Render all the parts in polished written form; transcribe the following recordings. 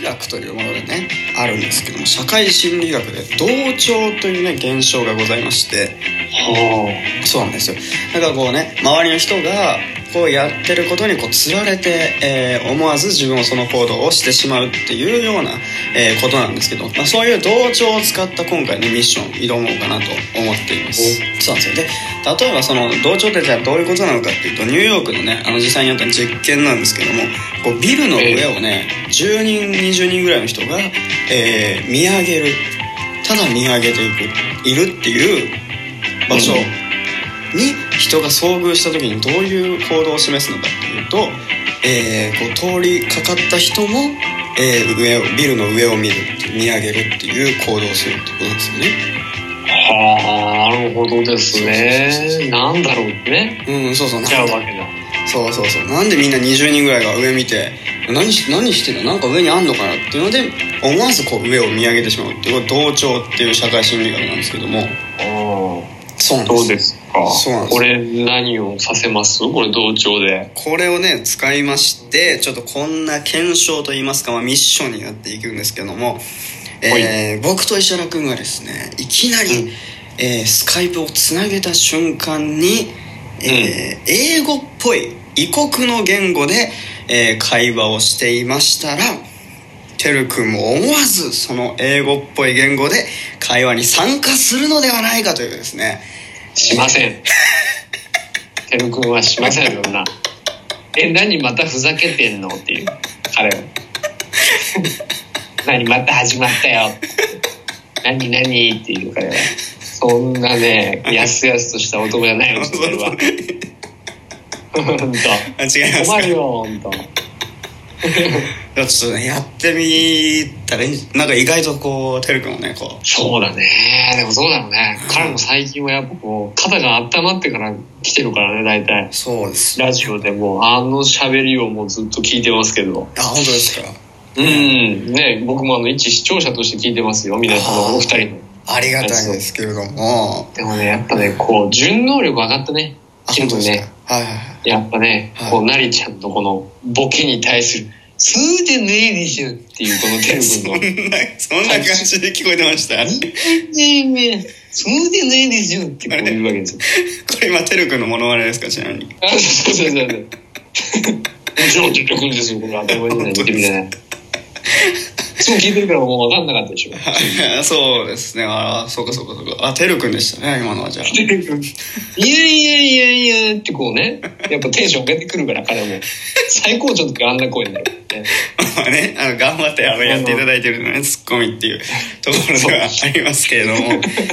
学というものでねあるんですけども、社会心理学で同調というね現象がございまして、そうなんですよ。だからこうね、周りの人がこうやってることにこうつられて、思わず自分もその行動をしてしまうっていうような、ことなんですけど、そういう同調を使った今回のミッション挑もうかなと思っています。そうなんですよ。で、例えばその同調ってじゃあどういうことなのかっていうと、ニューヨークのね実際にやった実験なんですけども、こうビルの上をね10人20人ぐらいの人が、見上げる、ただ見上げているっていう場所に人が遭遇した時にどういう行動を示すのかっていうと、こう通りかかった人も、ビルの上を見上げるっていう行動をするってことなんですよね。 はあ、なるほどですね。なんだろうね。 そうそう。 ちゃうわけだ。 そう。なんでみんな20人ぐらいが上見て何してるの、なんか上にあんのかなっていうので思わずこう上を見上げてしまうっていう同調っていう社会心理学なんですけども。そうなんです。 どうですか。 そうなんです。 これ何をさせます？これ同調で。 これをね使いまして、ちょっとこんな検証といいますか、ミッションになっていくんですけども、僕と石原くんがですねいきなり、スカイプをつなげた瞬間に、英語っぽい異国の言語で、会話をしていましたら、てるくんも思わずその英語っぽい言語で会話に参加するのではないかというですね。 しません。てるくんはしません。そんな何またふざけてんのっていう彼は何また始まったよ何っていう彼はそんなねやすやすとした男じゃないよそれは。ほんと違いますか。 困るよほんと。 ちょっとねやってみたらなんか意外とこうてるくんもねこう。 そうだね。でもそうだろうね。彼も最近はやっぱこう肩が温まってから来てるからね大体。 そうです。 ラジオでも喋りをもうずっと聞いてますけど。 あ、本当ですか。 ね、僕も一視聴者として聞いてますよ。皆さんのお二人の。 ありがたいですけれども。 でもねやっぱねこう順応力上がったね。 本当ですか。 やっぱね、こうなりちゃんのこのボケに対するそうじゃないでしょっていうこのテル君のそんな感じで聞こえてました。 そうじゃないでしょってこう言うわけですよ。 これ今テル君のモノマネですか、ちなみに。 そうもちろんテル君ですよ。これ当たり前じゃない。見てみたいな。そう聞いてるからもう分かんなかったでしょ。 そうですね。そうか。てるくんでしたね今のは。じゃあてるくんいやってこうねやっぱテンション上げてくるから彼も最高潮の時あんな声になるね。頑張ってやっていただいてるのねツッコミっていうところではありますけれども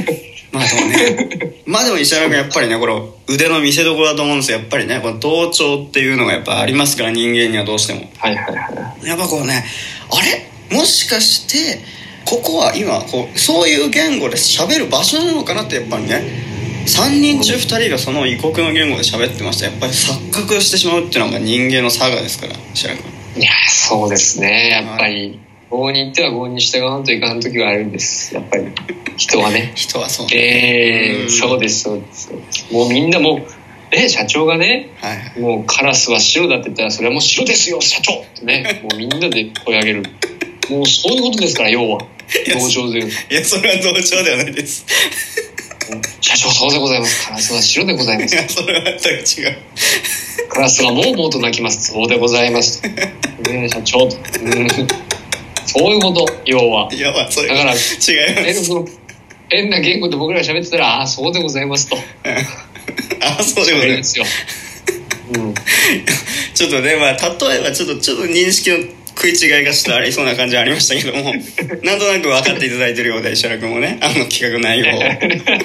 でも石原君やっぱりねこれ腕の見せ所だと思うんですよ。やっぱりねこの同調っていうのがやっぱありますから、人間にはどうしても。やっぱこうね、あれもしかしてここは今こうそういう言語で喋る場所なのかなって、やっぱりね3人中2人がその異国の言語で喋ってました。やっぱり錯覚してしまうっていうのが人間の差がですから、石原君。 いやそうですね。やっぱり郷に行っては郷に従わんといかん時があるんです。やっぱり人はね人はそうそうですもうみんなもう社長がね、もうカラスは白だって言ったらそれはもう白ですよ社長ってねもうみんなで声上げるもうそういうことですから。要は同調で。いやそれは同調ではないです。 社長そうでございます。カラスは白でございます。 いやそれは全く違う。 カラスはもうと鳴きます。そうでございます社長とそういうこと要は。 いやそれだから違います。 変な言語で僕らが喋ってたらそうでございますとそうでございますよ。ちょっとね例えばちょっと認識の食い違いがちょっとありそうな感じはありましたけどもなんとなく分かっていただいてるようで、石原君もね企画内容をも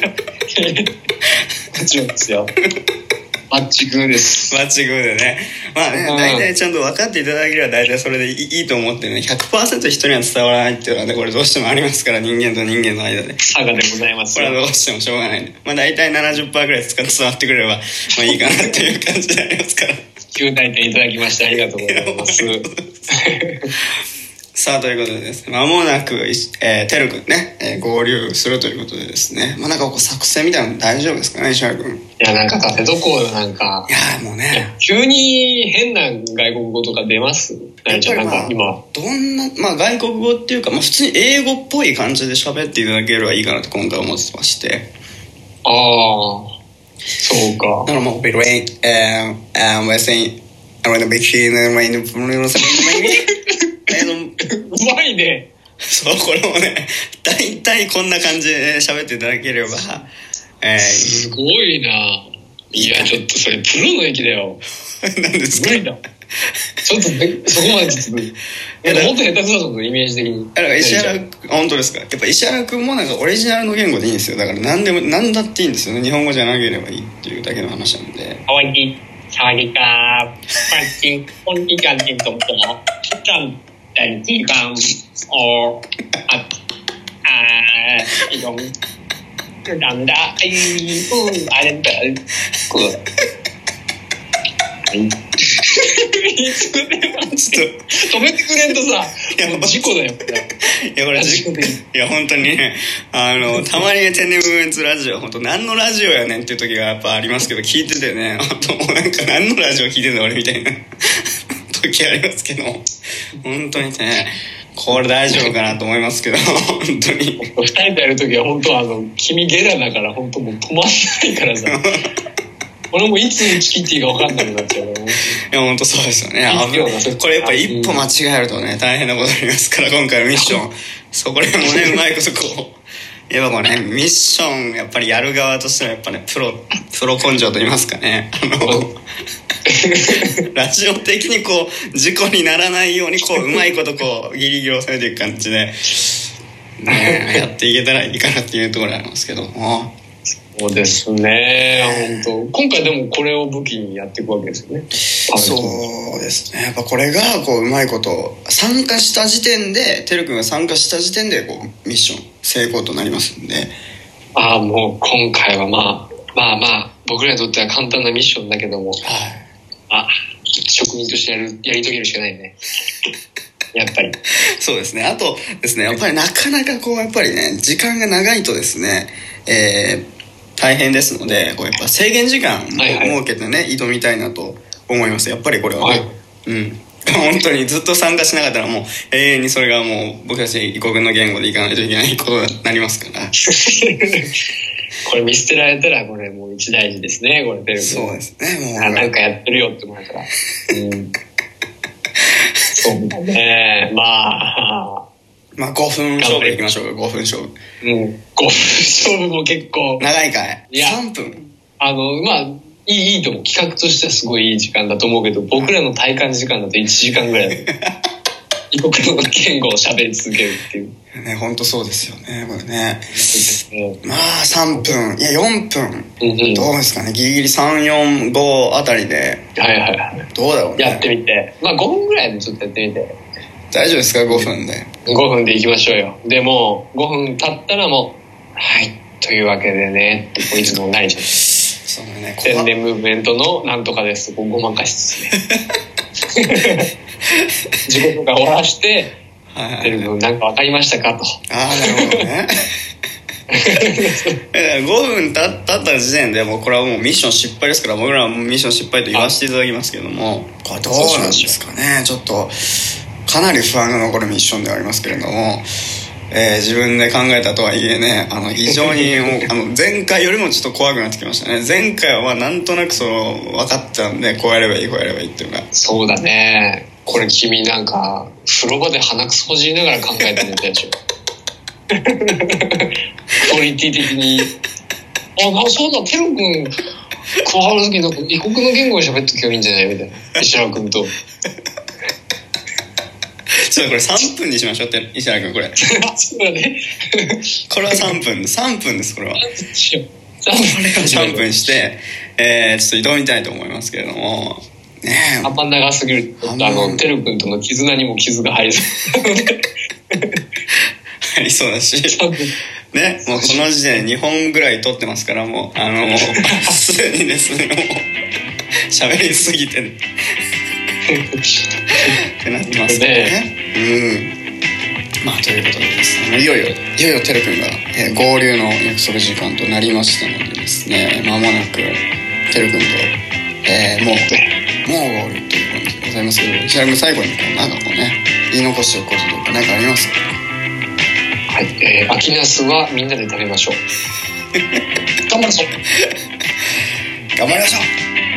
ちろんですよ。バッチグーです。 バッチグーでね大体ちゃんと分かっていただければ大体それでいいと思ってね 100% 人には伝わらないっていうのはねこれどうしてもありますから、人間と人間の間で差がでございます。 これはどうしてもしょうがないんで大体 70% ぐらい伝わってくれればいいかなっていう感じでありますから 9大点いただきましてありがとうございますさあということでですね、間もなく、てるくんね、合流するということでですね、なんかこう作戦みたいなの大丈夫ですかね、石原くん。 いやなんか立てとこうよ。なんかいやもうね急に変な外国語とか出ます。 やっぱり今どんな、外国語っていうか、普通に英語っぽい感じで喋っていただければいいかなと今回思ってまして。 ああ、そうか。 だからもうwe're saying I want to be keen and rain うまいね。 そう、これもね、大体こんな感じで喋っていただければ、 すごいな。いや、ちょっとそれプロの域だよ。 何ですか？ 無理だ。ちょっとそこまでちょっともっと下手くそだと思う、イメージ的に。 だから石原、本当ですか？やっぱ石原君もなんかオリジナルの言語でいいんですよ。だから何だっていいんですよね。日本語じゃなければいいっていうだけの話なんで。 かわいい。サワディカー、パンチン、ポンティカンティントントン、チャン、ダンティカン、オー、イドン、なんだ、あれだ、こう。いつでもちょっと止めてくれんとさ、事故だよ。 いやこれ事故で、いや本当にね、たまにね天然分別ラジオ、本当何のラジオやねんっていう時がやっぱありますけど、聞いててね、本当もうなんか何のラジオ聞いてんの俺みたいな時ありますけど、本当にねこれ大丈夫かなと思いますけど、本当に 2人でやる時は本当君ゲラだから本当もう止まんないからさ。俺もいつ打ち切っていいか分かんなくなっちゃうから。いや本当そうですよね。これやっぱ一歩間違えるとね大変なことになりますから、今回のミッションそこでもねうまいことこうやっぱこうねミッションやっぱりやる側としてはやっぱねプロ根性と言いますかね、ラジオ的にこう事故にならないようにこううまいことこうギリギリを攻めていく感じで、ね、やっていけたらいいかなっていうところがありますけども。 そうですね、本当今回でもこれを武器にやっていくわけですよね。 そうですね、やっぱこれがこううまいこと参加した時点で、てるくんが参加した時点でこうミッション成功となりますんで。 もう今回はまあ僕らにとっては簡単なミッションだけども、職人としてやり遂げるしかないね。やっぱりそうですね。あとですね、やっぱりなかなかこうやっぱりね時間が長いとですね、大変ですので、こうやっぱ制限時間を設けてね、挑みたいなと思います。やっぱりこれはね、本当にずっと参加しなかったらもう永遠にそれがもう僕たち異国の言語でいかないといけないことになりますからこれ見捨てられたらこれもう一大事ですね、これ。 そうですね、もうなんかやってるよって思うから、そうだね。 5分勝負でいきましょうか。5分勝負。 5分勝負も結構長いかい。3分。 いいと思う。企画としてはすごいいい時間だと思うけど、僕らの体感時間だと1時間ぐらい異国の言語を喋り続けるっていうね。本当そうですよね、これね。3分いや4分、どうですかね、ギリギリ3、4、5あたりで、どうだろうね、 やってみて、5分ぐらいでちょっとやってみて。 大丈夫ですか？5分で。 5分でいきましょうよ。でも5分経ったらもうはいというわけでねっていつもなりちゃう。 そうね、 宣伝ムーブメントのなんとかですとごまかしつつね自己とか終わらしてテレビなんか分かりましたかと。 なるほどね5分経った時点でもうこれはもうミッション失敗ですから、僕らはミッション失敗と言わせていただきますけども、これどうなんですかね。ちょっとかなり不安が残るミッションではありますけれども、自分で考えたとはいえね、非常に前回よりもちょっと怖くなってきましたね。前回はなんとなく分かったんで、こうやればいいっていうか。 そうだね。これ君なんか風呂場で鼻くそほじりながら考えてるんでしょクオリティ的にそうだ、テロ君加わる時なんか異国の言語で喋っときゃいいんじゃないみたいな、石原君とちょっとこれ3分にしましょうって、石原君これそうだねこれは3分です。これは3分して、ちょっと挑みたいと思いますけれどもね。 あんま長すぎるとテル君との絆にも傷が入りそう入りそうだしね、もうこの時点で2本ぐらい撮ってますから、もうすでにですね、もう喋りすぎてってなってますね。ということでですね、いよいよテル君が、合流の約束時間となりましたのでですね、間もなくテル君と、もう合流という感じでございますけど、じゃあ最後になんかこうね言い残しておくこととか何かありますか？ はい、秋ナスはみんなで食べましょう。頑張るぞ。 頑張りましょう。